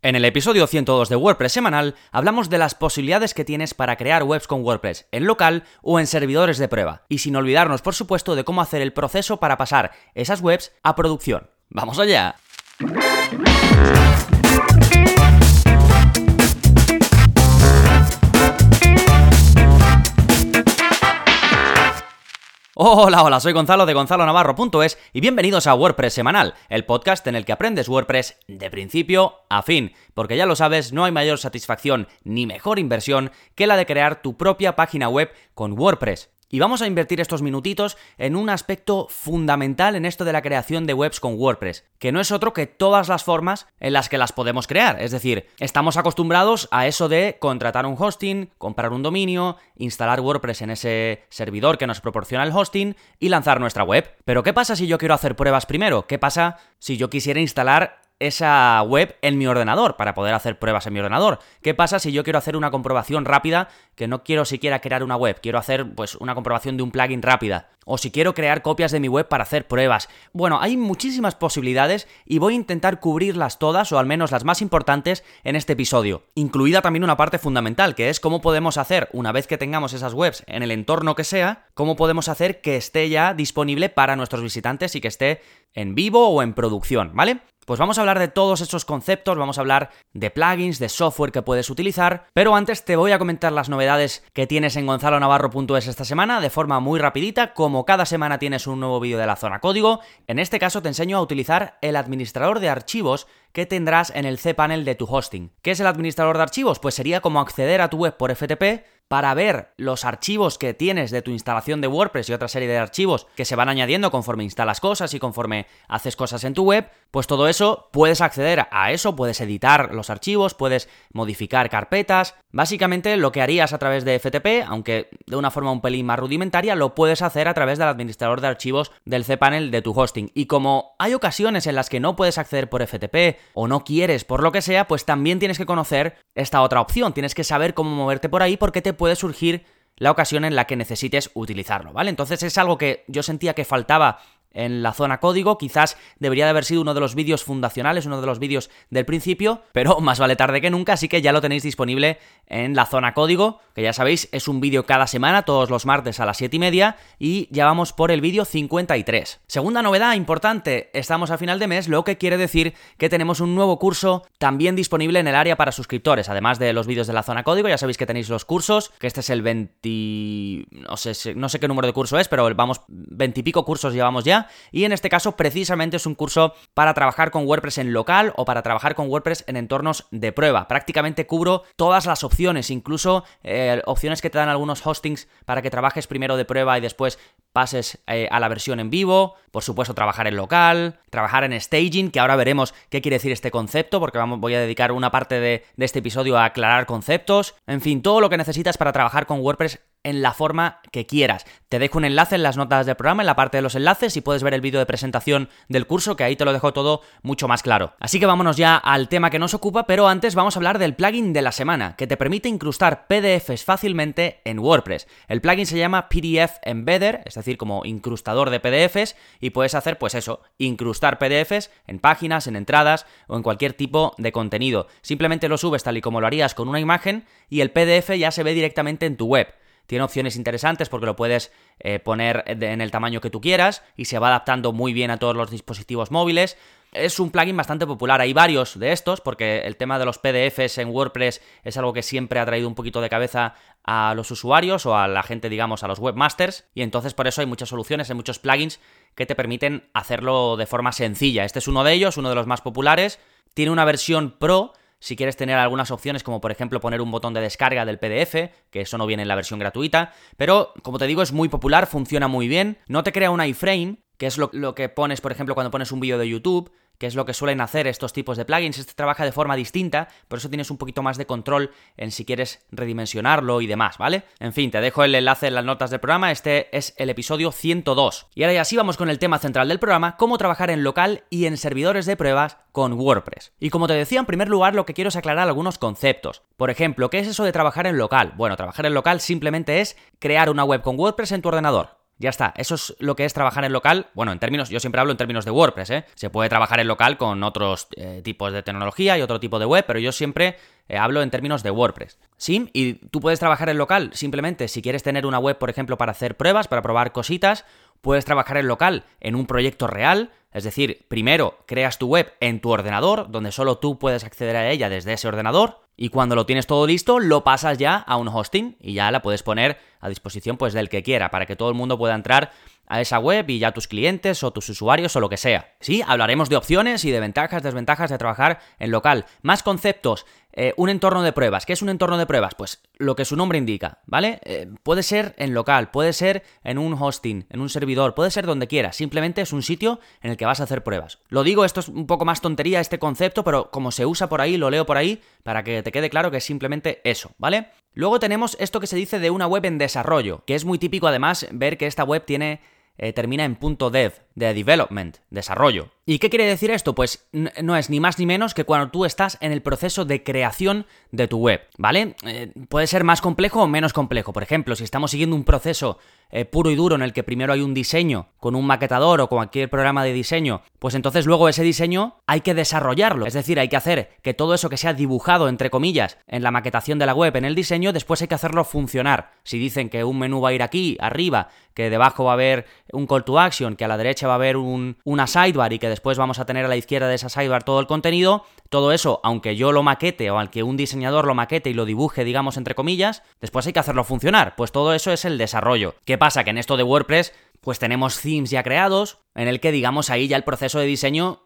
En el episodio 102 de WordPress semanal hablamos de las posibilidades que tienes para crear webs con WordPress en local o en servidores de prueba, y sin olvidarnos por supuesto de cómo hacer el proceso para pasar esas webs a producción. ¡Vamos allá! Hola, soy Gonzalo de gonzalonavarro.es y bienvenidos a WordPress semanal, el podcast en el que aprendes WordPress de principio a fin, porque ya lo sabes, no hay mayor satisfacción ni mejor inversión que la de crear tu propia página web con WordPress. Y vamos a invertir estos minutitos en un aspecto fundamental en esto de la creación de webs con WordPress, que no es otro que todas las formas en las que las podemos crear. Es decir, estamos acostumbrados a eso de contratar un hosting, comprar un dominio, instalar WordPress en ese servidor que nos proporciona el hosting y lanzar nuestra web. Pero ¿qué pasa si yo quiero hacer pruebas primero? ¿Qué pasa si yo quisiera instalar esa web en mi ordenador para poder hacer pruebas en mi ordenador? ¿Qué pasa si yo quiero hacer una comprobación rápida, que no quiero siquiera crear una web, quiero hacer pues una comprobación de un plugin rápida? O si quiero crear copias de mi web para hacer pruebas. Bueno, hay muchísimas posibilidades y voy a intentar cubrirlas todas, o al menos las más importantes, en este episodio. Incluida también una parte fundamental, que es cómo podemos hacer, una vez que tengamos esas webs en el entorno que sea, cómo podemos hacer que esté ya disponible para nuestros visitantes y que esté en vivo o en producción, ¿vale? Pues vamos a hablar de todos estos conceptos, vamos a hablar de plugins, de software que puedes utilizar, pero antes te voy a comentar las novedades que tienes en gonzalonavarro.es esta semana de forma muy rapidita. Como cada semana tienes un nuevo vídeo de la zona código, en este caso te enseño a utilizar el administrador de archivos que tendrás en el cPanel de tu hosting. ¿Qué es el administrador de archivos? Pues sería como acceder a tu web por FTP para ver los archivos que tienes de tu instalación de WordPress y otra serie de archivos que se van añadiendo conforme instalas cosas y conforme haces cosas en tu web. Pues todo eso, puedes acceder a eso, puedes editar los archivos, puedes modificar carpetas. Básicamente lo que harías a través de FTP, aunque de una forma un pelín más rudimentaria, lo puedes hacer a través del administrador de archivos del cPanel de tu hosting. Y como hay ocasiones en las que no puedes acceder por FTP o no quieres por lo que sea, pues también tienes que conocer esta otra opción. Tienes que saber cómo moverte por ahí porque te puede surgir la ocasión en la que necesites utilizarlo, ¿vale? Entonces es algo que yo sentía que faltaba en la zona código, quizás debería de haber sido uno de los vídeos fundacionales, uno de los vídeos del principio, pero más vale tarde que nunca, así que ya lo tenéis disponible en la zona código, que ya sabéis, es un vídeo cada semana, todos los martes a las 7:30, y ya vamos por el vídeo 53. Segunda novedad importante, estamos a final de mes, lo que quiere decir que tenemos un nuevo curso también disponible en el área para suscriptores, además de los vídeos de la zona código. Ya sabéis que tenéis los cursos, que este es el 20... no sé qué número de curso es, pero vamos, 20 y pico cursos llevamos ya. Y en este caso precisamente es un curso para trabajar con WordPress en local o para trabajar con WordPress en entornos de prueba. Prácticamente cubro todas las opciones, incluso opciones que te dan algunos hostings para que trabajes primero de prueba y después pases a la versión en vivo. Por supuesto, trabajar en local, trabajar en staging, que ahora veremos qué quiere decir este concepto, porque voy a dedicar una parte de este episodio a aclarar conceptos. En fin, todo lo que necesitas para trabajar con WordPress en la forma que quieras. Te dejo un enlace en las notas del programa, en la parte de los enlaces, y puedes ver el vídeo de presentación del curso, que ahí te lo dejo todo mucho más claro. Así que vámonos ya al tema que nos ocupa, pero antes vamos a hablar del plugin de la semana, que te permite incrustar PDFs fácilmente en WordPress. El plugin se llama PDF Embedder, es decir, como incrustador de PDFs, y puedes hacer, pues eso, incrustar PDFs en páginas, en entradas o en cualquier tipo de contenido. Simplemente lo subes tal y como lo harías con una imagen y el PDF ya se ve directamente en tu web. Tiene opciones interesantes porque lo puedes poner en el tamaño que tú quieras y se va adaptando muy bien a todos los dispositivos móviles. Es un plugin bastante popular, hay varios de estos porque el tema de los PDFs en WordPress es algo que siempre ha traído un poquito de cabeza a los usuarios o a la gente, digamos, a los webmasters, y entonces por eso hay muchas soluciones, hay muchos plugins que te permiten hacerlo de forma sencilla. Este es uno de ellos, uno de los más populares. Tiene una versión Pro si quieres tener algunas opciones, como por ejemplo poner un botón de descarga del PDF, que eso no viene en la versión gratuita, pero como te digo es muy popular, funciona muy bien, no te crea un iframe, que es lo que pones, por ejemplo, cuando pones un vídeo de YouTube, que es lo que suelen hacer estos tipos de plugins. Este trabaja de forma distinta, por eso tienes un poquito más de control en si quieres redimensionarlo y demás, ¿vale? En fin, te dejo el enlace en las notas del programa, este es el episodio 102. Y ahora ya sí vamos con el tema central del programa, cómo trabajar en local y en servidores de pruebas con WordPress. Y como te decía, en primer lugar, lo que quiero es aclarar algunos conceptos. Por ejemplo, ¿qué es eso de trabajar en local? Bueno, trabajar en local simplemente es crear una web con WordPress en tu ordenador. Ya está, eso es lo que es trabajar en local. Bueno, yo siempre hablo en términos de WordPress, ¿eh? Se puede trabajar en local con otros tipos de tecnología y otro tipo de web, pero yo siempre hablo en términos de WordPress. Sí, y tú puedes trabajar en local simplemente si quieres tener una web, por ejemplo, para hacer pruebas, para probar cositas. Puedes trabajar en local en un proyecto real, es decir, primero creas tu web en tu ordenador, donde solo tú puedes acceder a ella desde ese ordenador, y cuando lo tienes todo listo, lo pasas ya a un hosting y ya la puedes poner a disposición pues del que quiera, para que todo el mundo pueda entrar a esa web y ya tus clientes o tus usuarios o lo que sea. Sí, hablaremos de opciones y de ventajas, desventajas de trabajar en local. Más conceptos. Un entorno de pruebas. ¿Qué es un entorno de pruebas? Pues lo que su nombre indica, ¿vale? Puede ser en local, puede ser en un hosting, en un servidor, puede ser donde quieras. Simplemente es un sitio en el que vas a hacer pruebas. Lo digo, esto es un poco más tontería este concepto, pero como se usa por ahí, lo leo por ahí, para que te quede claro que es simplemente eso, ¿vale? Luego tenemos esto que se dice de una web en desarrollo, que es muy típico además ver que esta web termina en .dev, de development, desarrollo. ¿Y qué quiere decir esto? Pues no es ni más ni menos que cuando tú estás en el proceso de creación de tu web, ¿vale? Puede ser más complejo o menos complejo. Por ejemplo, si estamos siguiendo un proceso puro y duro en el que primero hay un diseño con un maquetador o cualquier programa de diseño, pues entonces luego ese diseño hay que desarrollarlo. Es decir, hay que hacer que todo eso que se ha dibujado, entre comillas, en la maquetación de la web, en el diseño, después hay que hacerlo funcionar. Si dicen que un menú va a ir aquí, arriba, que debajo va a haber un call to action, que a la derecha va a haber una sidebar y que después vamos a tener a la izquierda de esa sidebar todo el contenido, todo eso, aunque yo lo maquete o al que un diseñador lo maquete y lo dibuje, digamos, entre comillas, después hay que hacerlo funcionar. Pues todo eso es el desarrollo. ¿Qué pasa? Que en esto de WordPress, pues tenemos themes ya creados, en el que, digamos, ahí ya el proceso de diseño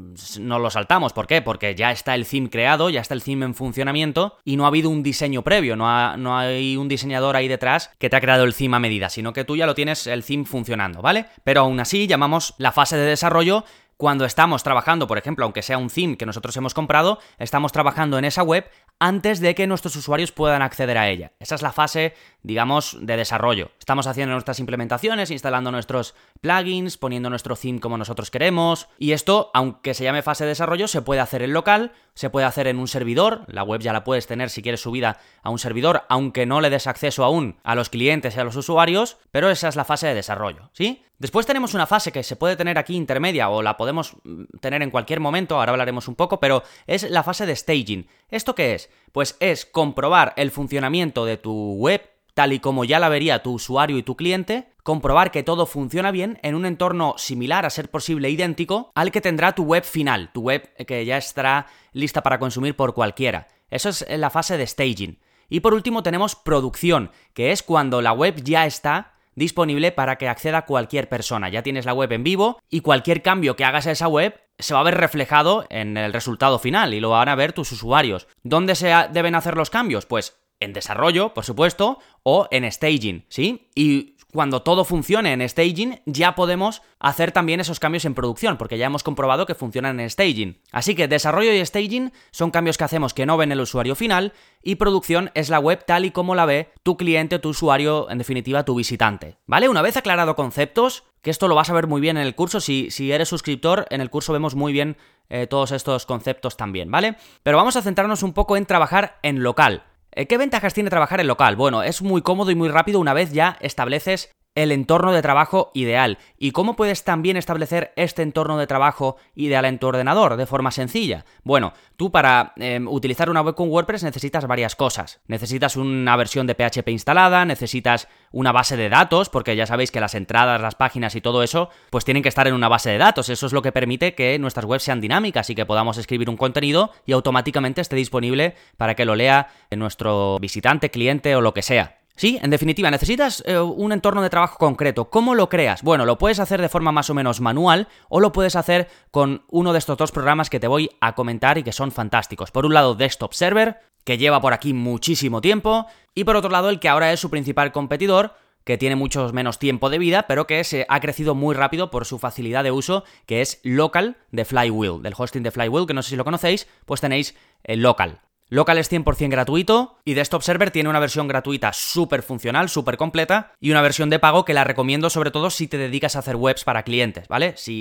no lo saltamos. ¿Por qué? Porque ya está el theme creado, ya está el theme en funcionamiento y no ha habido un diseño previo, no hay un diseñador ahí detrás que te ha creado el theme a medida, sino que tú ya lo tienes el theme funcionando, ¿vale? Pero aún así llamamos la fase de desarrollo cuando estamos trabajando, por ejemplo, aunque sea un theme que nosotros hemos comprado, estamos trabajando en esa web antes de que nuestros usuarios puedan acceder a ella. Esa es la fase, digamos, de desarrollo. Estamos haciendo nuestras implementaciones, instalando nuestros plugins, poniendo nuestro theme como nosotros queremos. Y esto, aunque se llame fase de desarrollo, se puede hacer en local, se puede hacer en un servidor. La web ya la puedes tener si quieres subida a un servidor, aunque no le des acceso aún a los clientes y a los usuarios, pero esa es la fase de desarrollo, ¿sí? Después tenemos una fase que se puede tener aquí intermedia o la podemos tener en cualquier momento, ahora hablaremos un poco, pero es la fase de staging. ¿Esto qué es? Pues es comprobar el funcionamiento de tu web tal y como ya la vería tu usuario y tu cliente, comprobar que todo funciona bien en un entorno similar, a ser posible idéntico, al que tendrá tu web final, tu web que ya estará lista para consumir por cualquiera. Eso es la fase de staging. Y por último tenemos producción, que es cuando la web ya está disponible para que acceda cualquier persona. Ya tienes la web en vivo y cualquier cambio que hagas a esa web se va a ver reflejado en el resultado final y lo van a ver tus usuarios. ¿Dónde deben hacer los cambios? Pues en desarrollo, por supuesto, o en staging, ¿sí? Y cuando todo funcione en staging, ya podemos hacer también esos cambios en producción, porque ya hemos comprobado que funcionan en staging. Así que desarrollo y staging son cambios que hacemos que no ven el usuario final, y producción es la web tal y como la ve tu cliente, tu usuario, en definitiva, tu visitante. ¿Vale? Una vez aclarado conceptos, que esto lo vas a ver muy bien en el curso, si eres suscriptor, en el curso vemos muy bien todos estos conceptos también, ¿vale? Pero vamos a centrarnos un poco en trabajar en local. ¿Qué ventajas tiene trabajar en local? Bueno, es muy cómodo y muy rápido una vez ya estableces el entorno de trabajo ideal. ¿Y cómo puedes también establecer este entorno de trabajo ideal en tu ordenador de forma sencilla? Bueno, tú para utilizar una web con WordPress necesitas varias cosas. Necesitas una versión de PHP instalada, necesitas una base de datos, porque ya sabéis que las entradas, las páginas y todo eso, pues tienen que estar en una base de datos. Eso es lo que permite que nuestras webs sean dinámicas y que podamos escribir un contenido y automáticamente esté disponible para que lo lea nuestro visitante, cliente o lo que sea. Sí, en definitiva, necesitas un entorno de trabajo concreto. ¿Cómo lo creas? Bueno, lo puedes hacer de forma más o menos manual o lo puedes hacer con uno de estos dos programas que te voy a comentar y que son fantásticos. Por un lado, Desktop Server, que lleva por aquí muchísimo tiempo, y por otro lado, el que ahora es su principal competidor, que tiene mucho menos tiempo de vida, pero que se ha crecido muy rápido por su facilidad de uso, que es Local de Flywheel, del hosting de Flywheel, que no sé si lo conocéis, pues tenéis Local. Local es 100% gratuito y Desktop Server tiene una versión gratuita súper funcional, súper completa y una versión de pago que la recomiendo sobre todo si te dedicas a hacer webs para clientes, ¿vale? Si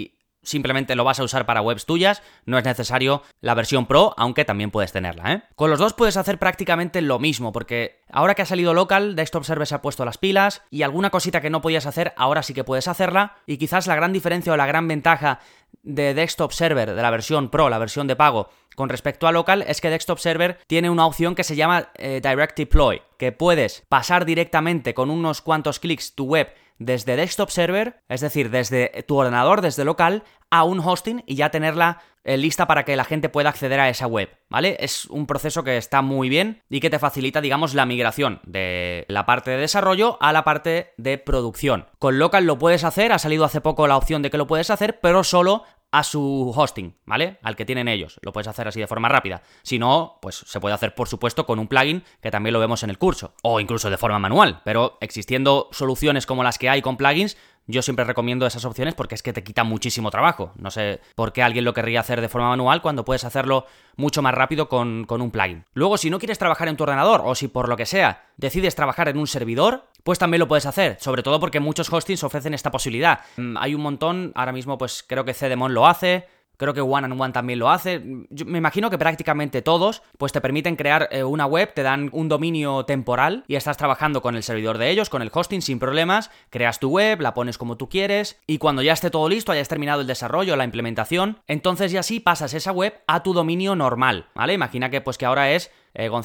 simplemente lo vas a usar para webs tuyas, no es necesario la versión Pro, aunque también puedes tenerla, ¿eh? Con los dos puedes hacer prácticamente lo mismo, porque ahora que ha salido Local, Desktop Server se ha puesto las pilas, y alguna cosita que no podías hacer, ahora sí que puedes hacerla, y quizás la gran diferencia o la gran ventaja de Desktop Server, de la versión Pro, la versión de pago, con respecto a Local, es que Desktop Server tiene una opción que se llama Direct Deploy, que puedes pasar directamente con unos cuantos clics tu web desde Desktop Server, es decir, desde tu ordenador, desde local, a un hosting y ya tenerla lista para que la gente pueda acceder a esa web, ¿vale? Es un proceso que está muy bien y que te facilita, digamos, la migración de la parte de desarrollo a la parte de producción. Con Local lo puedes hacer, ha salido hace poco la opción de que lo puedes hacer, pero solo a su hosting, ¿vale? Al que tienen ellos. Lo puedes hacer así de forma rápida. Si no, pues se puede hacer, por supuesto, con un plugin, que también lo vemos en el curso. O incluso de forma manual. Pero existiendo soluciones como las que hay con plugins, yo siempre recomiendo esas opciones porque es que te quita muchísimo trabajo. No sé por qué alguien lo querría hacer de forma manual cuando puedes hacerlo mucho más rápido con un plugin. Luego, si no quieres trabajar en tu ordenador o si por lo que sea decides trabajar en un servidor, pues también lo puedes hacer, sobre todo porque muchos hostings ofrecen esta posibilidad. Hay un montón, ahora mismo pues creo que Cedemon lo hace, creo que One and One también lo hace. Yo me imagino que prácticamente todos pues te permiten crear una web, te dan un dominio temporal y estás trabajando con el servidor de ellos, con el hosting sin problemas, creas tu web, la pones como tú quieres y cuando ya esté todo listo, hayas terminado el desarrollo, la implementación, entonces ya sí pasas esa web a tu dominio normal, ¿vale? Imagina que pues que ahora es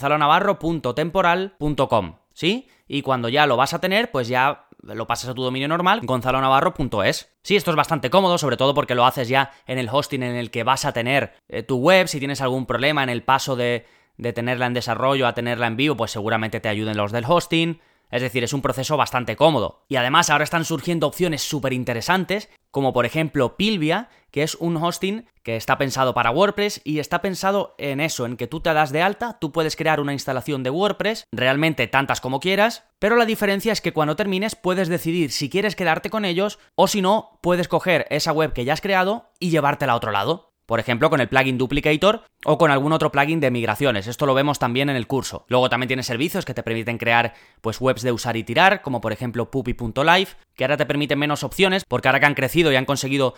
gonzalonavarro.temporal.com, ¿sí? Y cuando ya lo vas a tener, pues ya lo pasas a tu dominio normal, gonzalonavarro.es. Sí, esto es bastante cómodo, sobre todo porque lo haces ya en el hosting en el que vas a tener tu web. Si tienes algún problema en el paso de tenerla en desarrollo a tenerla en vivo, pues seguramente te ayuden los del hosting. Es decir, es un proceso bastante cómodo. Y además ahora están surgiendo opciones súper interesantes, como por ejemplo Pilvia, que es un hosting que está pensado para WordPress y está pensado en eso, en que tú te das de alta, tú puedes crear una instalación de WordPress, realmente tantas como quieras, pero la diferencia es que cuando termines puedes decidir si quieres quedarte con ellos o si no, puedes coger esa web que ya has creado y llevártela a otro lado. Por ejemplo, con el plugin Duplicator o con algún otro plugin de migraciones. Esto lo vemos también en el curso. Luego también tienes servicios que te permiten crear pues webs de usar y tirar, como por ejemplo Puppy.live, que ahora te permiten menos opciones, porque ahora que han crecido y han conseguido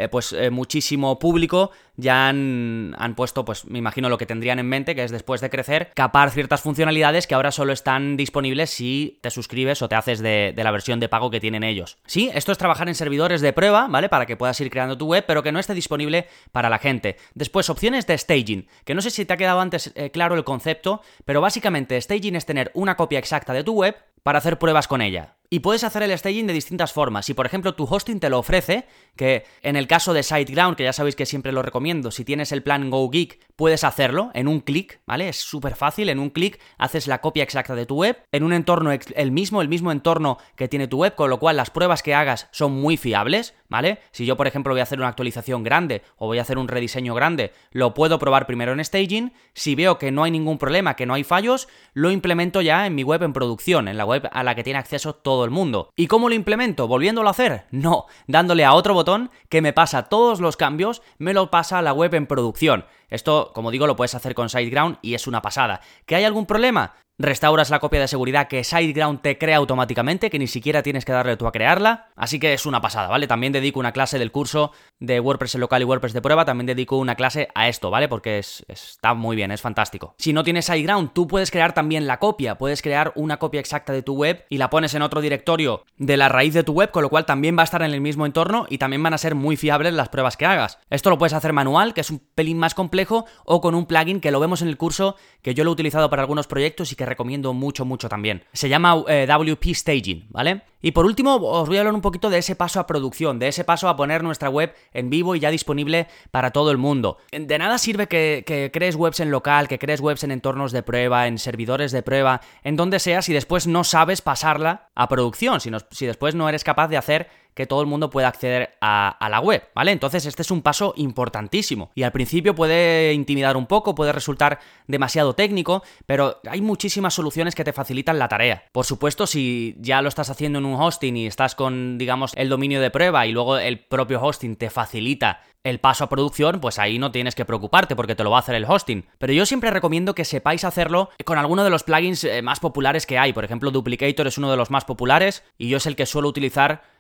muchísimo público, ya han puesto, pues me imagino lo que tendrían en mente, que es después de crecer, capar ciertas funcionalidades que ahora solo están disponibles si te suscribes o te haces de la versión de pago que tienen ellos. Sí, esto es trabajar en servidores de prueba, ¿vale? Para que puedas ir creando tu web, pero que no esté disponible para la gente. Después, opciones de staging, que no sé si te ha quedado antes claro el concepto, pero básicamente staging es tener una copia exacta de tu web para hacer pruebas con ella. Y puedes hacer el staging de distintas formas. Si por ejemplo tu hosting te lo ofrece, que en el caso de SiteGround, que ya sabéis que siempre lo recomiendo, si tienes el plan GoGeek, puedes hacerlo en un clic, ¿vale? Es súper fácil, en un clic haces la copia exacta de tu web, en un entorno el mismo entorno que tiene tu web, con lo cual las pruebas que hagas son muy fiables, ¿vale? Si yo por ejemplo voy a hacer una actualización grande o voy a hacer un rediseño grande, lo puedo probar primero en staging, si veo que no hay ningún problema, que no hay fallos, lo implemento ya en mi web en producción, en la web a la que tiene acceso todo el mundo. ¿Y cómo lo implemento? ¿Volviéndolo a hacer? No, dándole a otro botón que me pasa todos los cambios, me lo pasa a la web en producción. Esto, como digo, lo puedes hacer con SiteGround y es una pasada. ¿Que hay algún problema? Restauras la copia de seguridad que SiteGround te crea automáticamente, que ni siquiera tienes que darle tú a crearla, así que es una pasada, ¿vale? También dedico una clase del curso de WordPress en local y WordPress de prueba, también dedico una clase a esto, ¿vale? Porque está muy bien, es fantástico. Si no tienes SiteGround, tú puedes crear también la copia, puedes crear una copia exacta de tu web y la pones en otro directorio de la raíz de tu web, con lo cual también va a estar en el mismo entorno y también van a ser muy fiables las pruebas que hagas. Esto lo puedes hacer manual, que es un pelín más complejo, o con un plugin que lo vemos en el curso, que yo lo he utilizado para algunos proyectos y que recomiendo mucho también. Se llama WP Staging, ¿vale? Y por último, os voy a hablar un poquito de ese paso a producción, de ese paso a poner nuestra web en vivo y ya disponible para todo el mundo. De nada sirve que crees webs en local, que crees webs en entornos de prueba, en servidores de prueba, en donde sea, si después no sabes pasarla a producción, si después no eres capaz de hacer que todo el mundo pueda acceder a la web, ¿vale? Entonces este es un paso importantísimo y al principio puede intimidar un poco, puede resultar demasiado técnico, pero hay muchísimas soluciones que te facilitan la tarea. Por supuesto, si ya lo estás haciendo en un hosting y estás con, digamos, el dominio de prueba y luego el propio hosting te facilita el paso a producción, pues ahí no tienes que preocuparte porque te lo va a hacer el hosting. Pero yo siempre recomiendo que sepáis hacerlo con alguno de los plugins más populares que hay. Por ejemplo, Duplicator es uno de los más populares y yo es el que suelo utilizar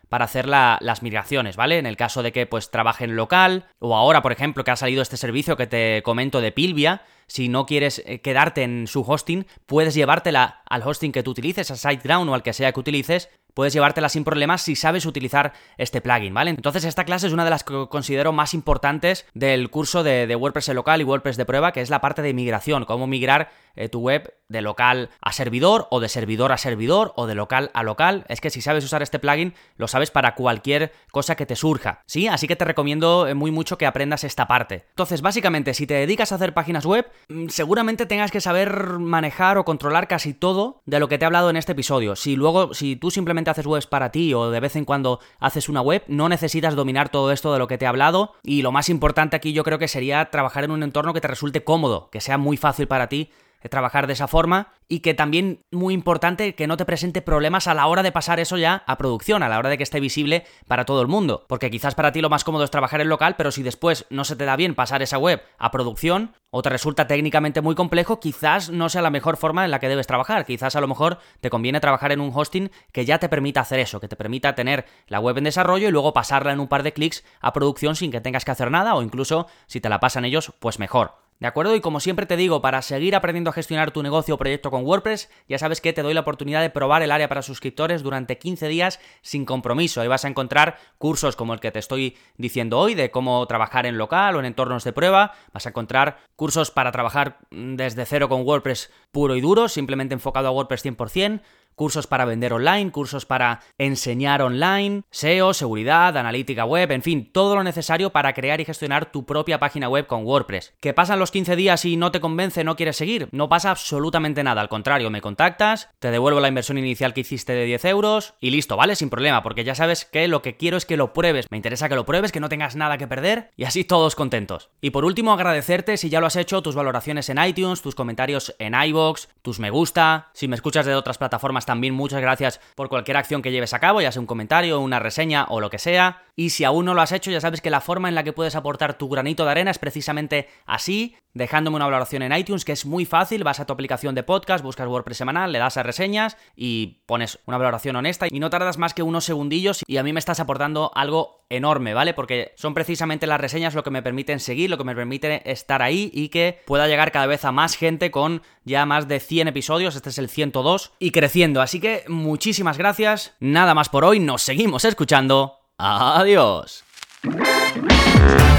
para hacer las migraciones, ¿vale? En el caso de que pues trabaje en local, o ahora, por ejemplo, que ha salido este servicio que te comento de Pilvia, si no quieres quedarte en su hosting, puedes llevártela al hosting que tú utilices, a SiteGround o al que sea que utilices, puedes llevártela sin problemas si sabes utilizar este plugin, ¿vale? Entonces esta clase es una de las que considero más importantes del curso de WordPress en local y WordPress de prueba, que es la parte de migración, cómo migrar tu web de local a servidor, o de servidor a servidor, o de local a local. Es que si sabes usar este plugin, lo sabes para cualquier cosa que te surja, ¿sí? Así que te recomiendo muy mucho que aprendas esta parte. Entonces, básicamente, si te dedicas a hacer páginas web, seguramente tengas que saber manejar o controlar casi todo de lo que te he hablado en este episodio. Si tú simplemente haces webs para ti o de vez en cuando haces una web, no necesitas dominar todo esto de lo que te he hablado, y lo más importante aquí yo creo que sería trabajar en un entorno que te resulte cómodo, que sea muy fácil para ti trabajar de esa forma, y que también, muy importante, que no te presente problemas a la hora de pasar eso ya a producción, a la hora de que esté visible para todo el mundo, porque quizás para ti lo más cómodo es trabajar en local, pero si después no se te da bien pasar esa web a producción, o te resulta técnicamente muy complejo, quizás no sea la mejor forma en la que debes trabajar. Quizás a lo mejor te conviene trabajar en un hosting que ya te permita hacer eso, que te permita tener la web en desarrollo y luego pasarla en un par de clics a producción sin que tengas que hacer nada, o incluso si te la pasan ellos, pues mejor. ¿De acuerdo? Y como siempre te digo, para seguir aprendiendo a gestionar tu negocio o proyecto con WordPress, ya sabes que te doy la oportunidad de probar el área para suscriptores durante 15 días sin compromiso. Ahí vas a encontrar cursos como el que te estoy diciendo hoy, de cómo trabajar en local o en entornos de prueba. Vas a encontrar cursos para trabajar desde cero con WordPress puro y duro, simplemente enfocado a WordPress 100%. Cursos para vender online, cursos para enseñar online, SEO, seguridad, analítica web, en fin, todo lo necesario para crear y gestionar tu propia página web con WordPress. ¿Que pasan los 15 días y no te convence, no quieres seguir? No pasa absolutamente nada, al contrario, me contactas, te devuelvo la inversión inicial que hiciste de 10 euros y listo, ¿vale? Sin problema, porque ya sabes que lo que quiero es que lo pruebes. Me interesa que lo pruebes, que no tengas nada que perder, y así todos contentos. Y por último, agradecerte, si ya lo has hecho, tus valoraciones en iTunes, tus comentarios en iVoox, tus me gusta. Si me escuchas de otras plataformas también, muchas gracias por cualquier acción que lleves a cabo, ya sea un comentario, una reseña o lo que sea. Y si aún no lo has hecho, ya sabes que la forma en la que puedes aportar tu granito de arena es precisamente así, dejándome una valoración en iTunes, que es muy fácil. Vas a tu aplicación de podcast, buscas WordPress semanal, le das a reseñas y pones una valoración honesta, y no tardas más que unos segundillos, y a mí me estás aportando algo enorme, ¿vale? Porque son precisamente las reseñas lo que me permiten seguir, lo que me permite estar ahí y que pueda llegar cada vez a más gente con ya más de 100 episodios, este es el 102, y creciendo. Así que muchísimas gracias, nada más por hoy, nos seguimos escuchando. ¡Adiós!